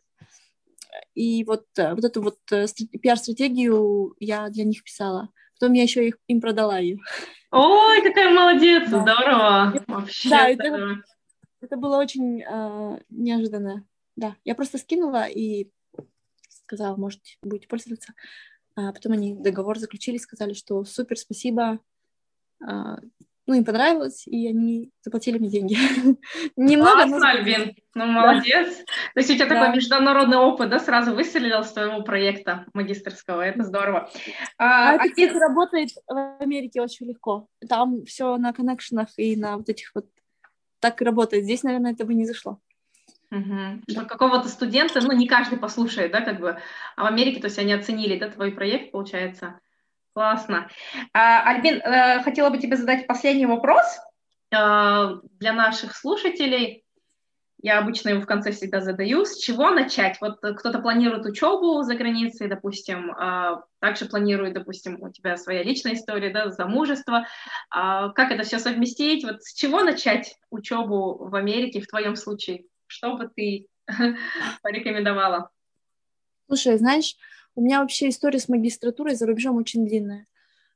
И вот, вот эту вот пиар-стратегию я для них писала. Потом я еще их, им продала ее. Ой, какая молодец, да. Здорово. Вообще да, здорово. Это, это было очень э, неожиданно. Да, я просто скинула и сказала, может, будете пользоваться. А потом они договор заключили, сказали, что супер, спасибо. А, ну, им понравилось, и они заплатили мне деньги. Немного, Классно, но... Альбин, ну молодец. Да. То есть у тебя да. такой международный опыт, да, сразу выстрелил с твоего проекта магистерского, это здорово. А, а это, Альбин... кстати, работает в Америке очень легко. Там все на коннекшенах и на вот этих вот... Так и работает. Здесь, наверное, это бы не зашло. Угу. Что какого-то студента, ну, не каждый послушает, да, как бы, а в Америке, то есть они оценили, да, твой проект, получается. Классно. А, Альбин, э, хотела бы тебе задать последний вопрос э, для наших слушателей. Я обычно его в конце всегда задаю. С чего начать? Вот кто-то планирует учебу за границей, допустим, э, также планирует, допустим, у тебя своя личная история, да, замужество. Э, как это все совместить? Вот с чего начать учебу в Америке в твоем случае? Что бы ты порекомендовала? Слушай, знаешь, у меня вообще история с магистратурой за рубежом очень длинная.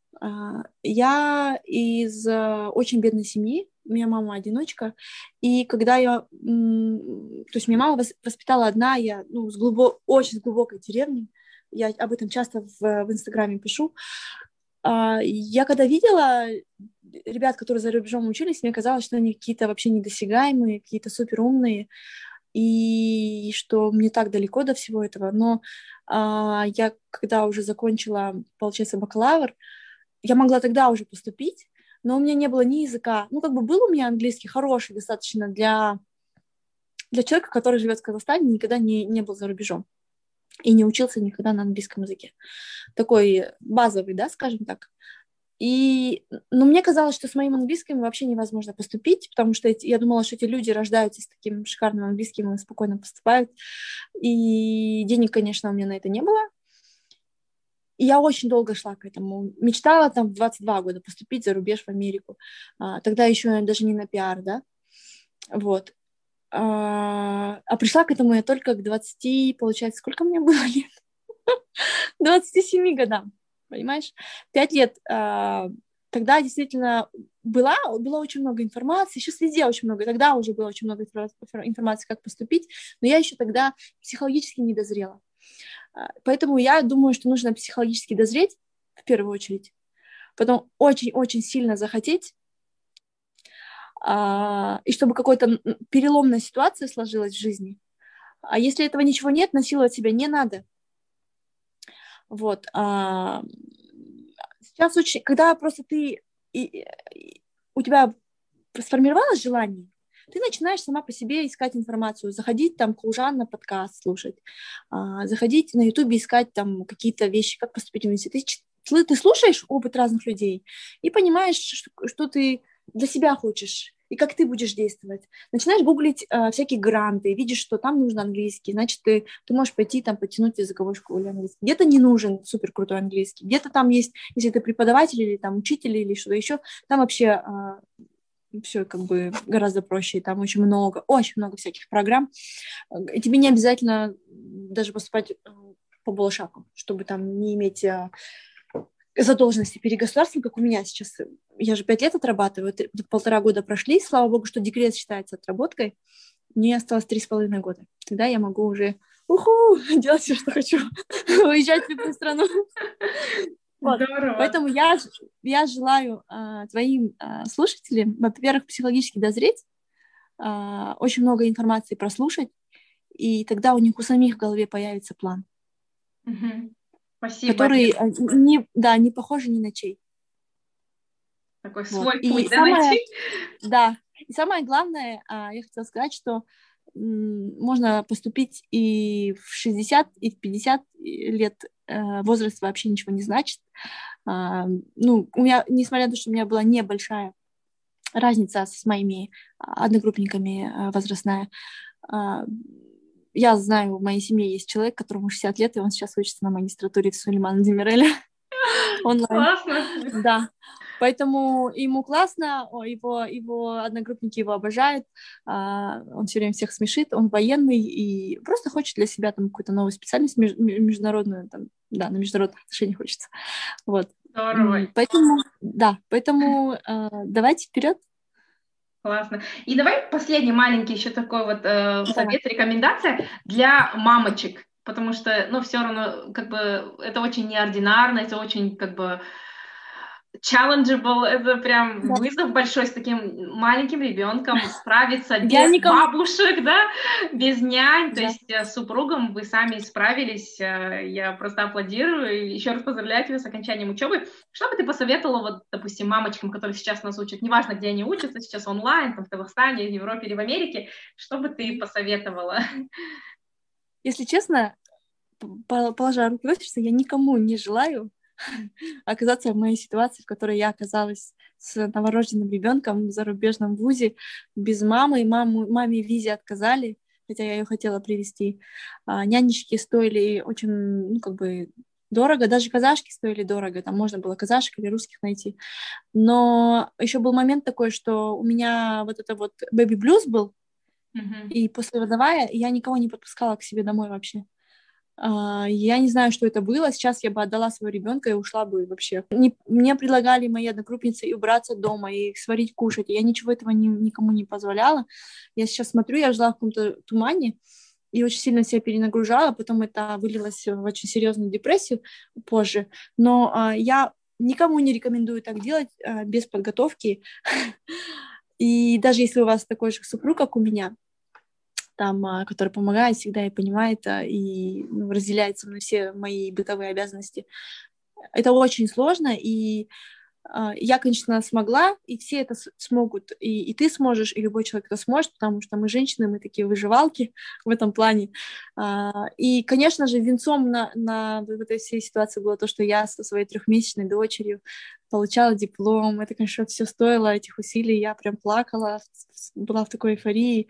Я из очень бедной семьи, у меня мама одиночка, и когда я, то есть меня мама воспитала одна, я ну, с глубо, очень с глубокой деревни, я об этом часто в, в Инстаграме пишу. Я когда видела ребят, которые за рубежом учились, мне казалось, что они какие-то вообще недосягаемые, какие-то суперумные, и что мне так далеко до всего этого. Но а, я, когда уже закончила, получается, бакалавр, я могла тогда уже поступить, но у меня не было ни языка. Ну, как бы был у меня английский хороший достаточно для, для человека, который живет в Казахстане, никогда не, не был за рубежом и не учился никогда на английском языке. Такой базовый, да, скажем так. И, но мне казалось, что с моим английским вообще невозможно поступить, потому что эти, я думала, что эти люди рождаются с таким шикарным английским и спокойно поступают. И денег, конечно, у меня на это не было. И я очень долго шла к этому. Мечтала там в двадцать два года поступить за рубеж в Америку. А, тогда еще даже не на пиар, да. Вот. А, а пришла к этому я только к двадцати, получается, сколько мне было лет? двадцати семи годам. Понимаешь? Пять лет а, тогда действительно была, было очень много информации, сейчас везде очень много, тогда уже было очень много информации, как поступить, но я еще тогда психологически не дозрела. А, поэтому я думаю, что нужно психологически дозреть в первую очередь, потом очень-очень сильно захотеть, а, и чтобы какая-то переломная ситуация сложилась в жизни. А если этого ничего нет, насиловать себя не надо. Вот. А, сейчас очень, когда просто ты, и, и, у тебя сформировалось желание, ты начинаешь сама по себе искать информацию, заходить там к Лужан на подкаст слушать, а, заходить на Ютубе искать там какие-то вещи, как поступить в университет. Ты, ты слушаешь опыт разных людей и понимаешь, что, что ты для себя хочешь и как ты будешь действовать. Начинаешь гуглить э, всякие гранты, видишь, что там нужен английский, значит, ты, ты можешь пойти там потянуть языковую школу или английский. Где-то не нужен супер крутой английский, где-то там есть, если ты преподаватель или там учитель или что-то еще, там вообще э, все как бы гораздо проще, и там очень много, очень много всяких программ. И тебе не обязательно даже поступать по Балашаку, чтобы там не иметь э, задолженности перед государством, как у меня сейчас. Я же пять лет отрабатываю, полтора года прошли, слава богу, что декрет считается отработкой. Мне осталось три с половиной года. Тогда я могу уже уху, делать все, что хочу, уезжать в любую страну. Вот. Поэтому я, я желаю а, твоим а, слушателям, во-первых, психологически дозреть, а, очень много информации прослушать, и тогда у них у самих в голове появится план. Угу. Спасибо. Который не, да, не похож ни на чей. Такой свой вот. Путь, И да, самое, найти? Да. И самое главное, я хотела сказать, что можно поступить и в шестьдесят, и в пятьдесят лет. Возраст вообще ничего не значит. Ну, у меня, несмотря на то, что у меня была небольшая разница с моими одногруппниками возрастная, я знаю, в моей семье есть человек, которому шестьдесят лет, и он сейчас учится на магистратуре в Сулеймана Демиреле онлайн. Классно. Да. Поэтому ему классно, его, его одногруппники его обожают, он все время всех смешит, он военный и просто хочет для себя там какую-то новую специальность международную, там, да, на международных отношениях хочется. Вот. Здорово. Поэтому, да, поэтому давайте вперед. Классно. И давай последний маленький еще такой вот э, совет, рекомендация для мамочек, потому что, ну, все равно, как бы, это очень неординарно, это очень, как бы, challengeable, это прям да. Вызов большой с таким маленьким ребенком справиться без никому... бабушек, да, без нянь, да. То есть с супругом вы сами справились, я просто аплодирую, еще раз поздравляю тебя с окончанием учебы. Что бы ты посоветовала, вот, допустим, мамочкам, которые сейчас нас учат, неважно, где они учатся, сейчас онлайн, там, в Казахстане, в Европе или в Америке, что бы ты посоветовала? Если честно, положа руки в сердце, я никому не желаю оказаться в моей ситуации, в которой я оказалась с новорожденным ребенком в зарубежном вузе, без мамы. Маму, маме в визе отказали, хотя я ее хотела привезти. А, нянечки стоили очень, ну, как бы, дорого, даже казашки стоили дорого, там можно было казашек или русских найти. Но еще был момент такой, что у меня вот это вот бэби-блюз был, mm-hmm. и послеродовая я никого не подпускала к себе домой вообще. Я не знаю, что это было. Сейчас я бы отдала своего ребенка и ушла бы вообще. Не, мне предлагали мои одногруппницы и убраться дома, и сварить, кушать. Я ничего этого ни, никому не позволяла. Я сейчас смотрю, я жила в каком-то тумане и очень сильно себя перенагружала. Потом это вылилось в очень серьезную депрессию позже. Но а, я никому не рекомендую так делать а, без подготовки. И даже если у вас такой же супруг, как у меня, там, который помогает всегда и понимает, и ну, разделяет со мной все мои бытовые обязанности. Это очень сложно, и э, я, конечно, смогла, и все это смогут, и, и ты сможешь, и любой человек это сможет, потому что мы женщины, мы такие выживалки в этом плане. А, и, конечно же, венцом на, на в этой всей ситуации было то, что я со своей трехмесячной дочерью получала диплом. Это, конечно, все стоило этих усилий, я прям плакала, была в такой эйфории.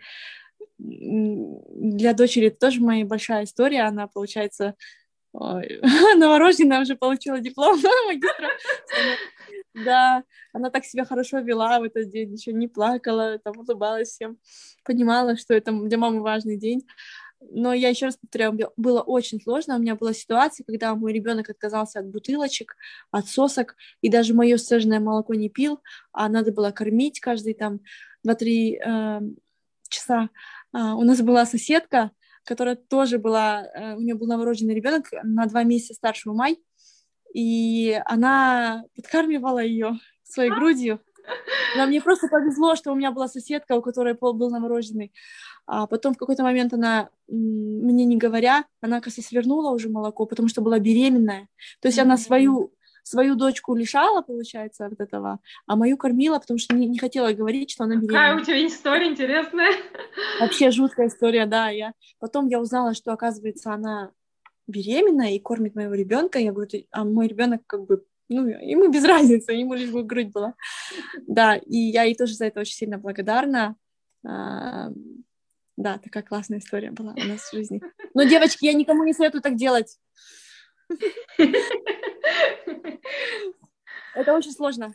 Для дочери это тоже моя большая история. Она, получается, новорожденная уже получила диплом магистра. Да, она так себя хорошо вела в этот день, еще не плакала, там улыбалась всем, понимала, что это для мамы важный день. Но я еще раз повторяю, было очень сложно. У меня была ситуация, когда мой ребенок отказался от бутылочек, от сосок, и даже мое сцеженное молоко не пил, а надо было кормить каждые там два-три э, часа. Uh, у нас была соседка, которая тоже была, uh, у нее был новорожденный ребенок на два месяца старше Май, и она подкармливала ее своей грудью. Но мне просто повезло, что у меня была соседка, у которой был новорожденный. А потом в какой-то момент она, мне не говоря, она, кажется, свернула уже молоко, потому что была беременная. То есть mm-hmm. она свою... свою дочку лишала, получается, от этого, а мою кормила, потому что не, не хотела говорить, что она беременна. Какая у тебя история интересная. Вообще жуткая история, да. Я... Потом я узнала, что, оказывается, она беременна и кормит моего ребенка. Я говорю, а мой ребенок как бы Ну, ему без разницы, ему лишь бы грудь была. Да, и я ей тоже за это очень сильно благодарна. А, да, такая классная история была у нас в жизни. Но, девочки, я никому не советую так делать. Это очень сложно.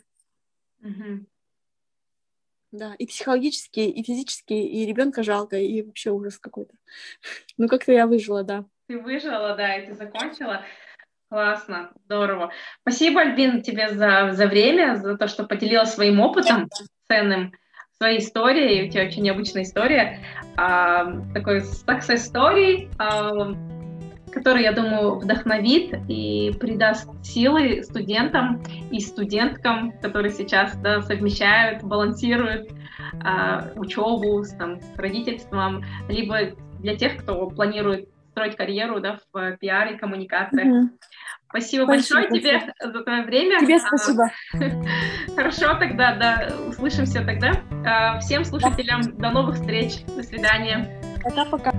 Да, и психологически, и физически, и ребенка жалко, и вообще ужас какой-то. Ну, как-то я выжила, да. Ты выжила, да, и ты закончила. Классно, здорово. Спасибо, Альбин, тебе за, за время, за то, что поделилась своим опытом ценным, своей историей. У тебя очень необычная история. А, такой success story, а, который, я думаю, вдохновит и придаст силы студентам и студенткам, которые сейчас, да, совмещают, балансируют а, учебу с, там, с родительством, либо для тех, кто планирует строить карьеру, да, в пиаре, коммуникациях. Mm-hmm. Спасибо, спасибо большое спасибо. тебе за твое время. Тебе спасибо. Хорошо, тогда, да, услышимся тогда. Всем слушателям до новых встреч. До свидания. Пока-пока.